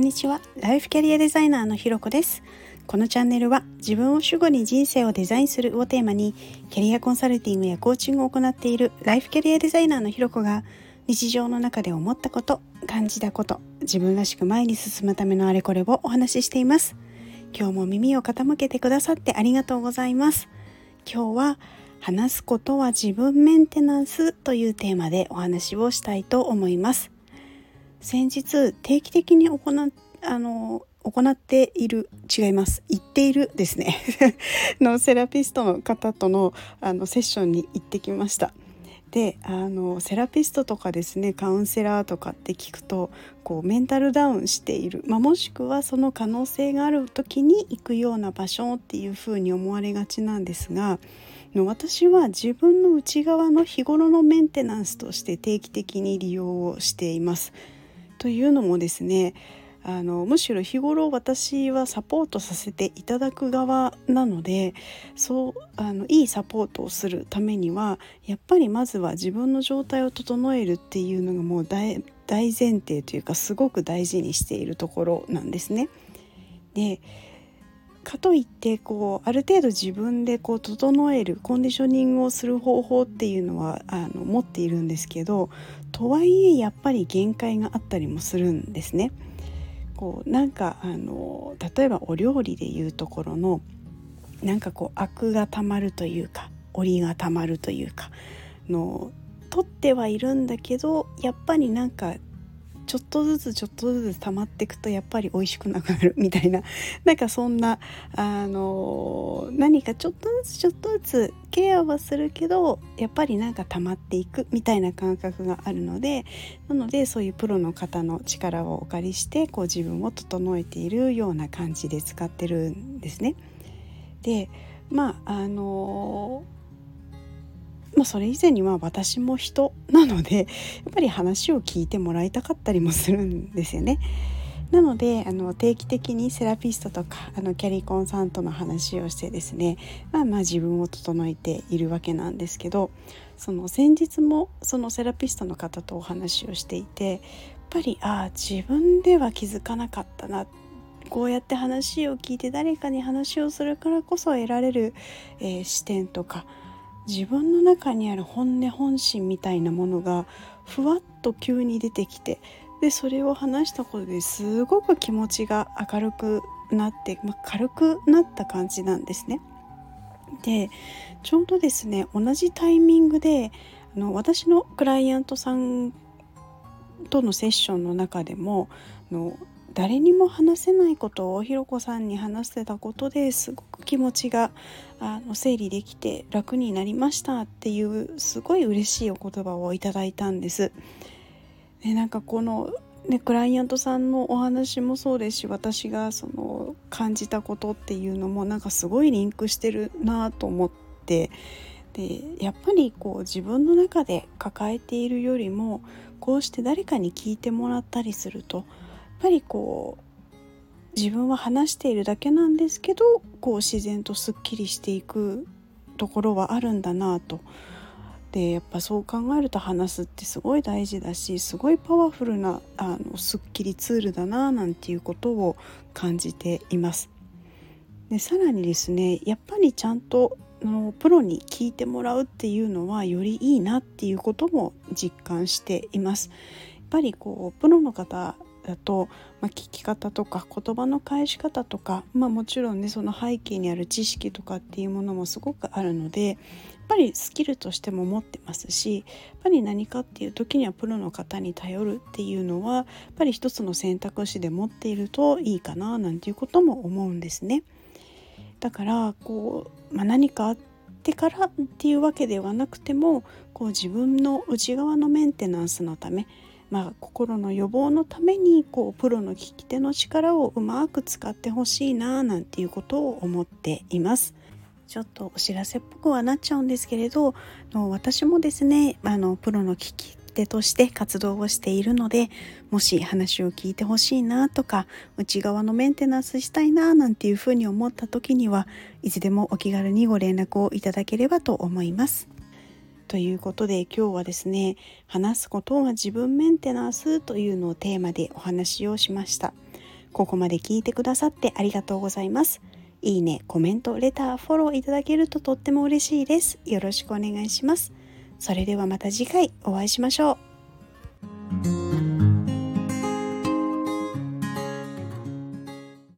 にちは。ライフキャリアデザイナーのひろこです。このチャンネルは自分を主語に人生をデザインするをテーマに、キャリアコンサルティングやコーチングを行っているライフキャリアデザイナーのひろこが、日常の中で思ったこと、感じたこと、自分らしく前に進むためのあれこれをお話ししています。今日も耳を傾けてくださってありがとうございます。今日は話すことは自分メンテナンスというテーマでお話をしたいと思います。先日定期的に行っている言っているですねのセラピストの方とのセッションに行ってきました。でセラピストとかですね、カウンセラーとかって聞くとメンタルダウンしている、もしくはその可能性がある時に行くような場所っていうふうに思われがちなんですが、私は自分の内側の日頃のメンテナンスとして定期的に利用をしています。というのもですね、むしろ日頃私はサポートさせていただく側なので、いいサポートをするためにはやっぱりまずは自分の状態を整えるっていうのがもう大前提というか、すごく大事にしているところなんですね。でかといってある程度自分で整えるコンディショニングをする方法っていうのは持っているんですけど、とはいえやっぱり限界があったりもするんですね。例えばお料理でいうところのアクがたまるというか、オリがたまるというか取ってはいるんだけど、やっぱりちょっとずつ溜まっていくとやっぱり美味しくなくなるみたいな、そんな何かちょっとずつケアはするけど、やっぱり溜まっていくみたいな感覚があるので、そういうプロの方の力をお借りして自分を整えているような感じで使ってるんですね。でそれ以前には私も人なので、やっぱり話を聞いてもらいたかったりもするんですよね。なので定期的にセラピストとかキャリコンさんとの話をしてですね、自分を整えているわけなんですけど、先日もそのセラピストの方とお話をしていて、やっぱり自分では気づかなかったな、こうやって話を聞いて誰かに話をするからこそ得られる、視点とか、自分の中にある本音本心みたいなものがふわっと急に出てきて、でそれを話したことですごく気持ちが明るくなって、軽くなった感じなんですね。でちょうどですね、同じタイミングで私のクライアントさんとのセッションの中でも誰にも話せないことをひろこさんに話してたことですごく気持ちが整理できて楽になりましたっていうすごい嬉しいお言葉をいただいたんです。でクライアントさんのお話もそうですし、私が感じたことっていうのもすごいリンクしてるなと思って、でやっぱり自分の中で抱えているよりも、こうして誰かに聞いてもらったりすると、やっぱり自分は話しているだけなんですけど、自然とすっきりしていくところはあるんだなと。でやっぱそう考えると、話すってすごい大事だし、すごいパワフルなすっきりツールだななんていうことを感じています。でさらにですね、やっぱりちゃんとプロに聞いてもらうっていうのはよりいいなっていうことも実感しています。やっぱりプロの方だと、聞き方とか言葉の返し方とか、もちろんね、その背景にある知識とかっていうものもすごくあるので、やっぱりスキルとしても持ってますし、やっぱり何かっていう時にはプロの方に頼るっていうのはやっぱり一つの選択肢で持っているといいかななんていうことも思うんですね。だから何かあってからっていうわけではなくても、自分の内側のメンテナンスのため、心の予防のためにプロの聞き手の力をうまく使ってほしいななんていうことを思っています。ちょっとお知らせっぽくはなっちゃうんですけれど、私もですねプロの聞き手として活動をしているので、もし話を聞いてほしいなとか、内側のメンテナンスしたいななんていうふうに思った時には、いつでもお気軽にご連絡をいただければと思います。ということで今日はですね、話すことは自分メンテナンスというのをテーマでお話をしました。 ここまで聞いてくださってありがとうございます。いいね、コメント、レター、フォローいただけるととっても嬉しいです。よろしくお願いします。それではまた次回お会いしましょう。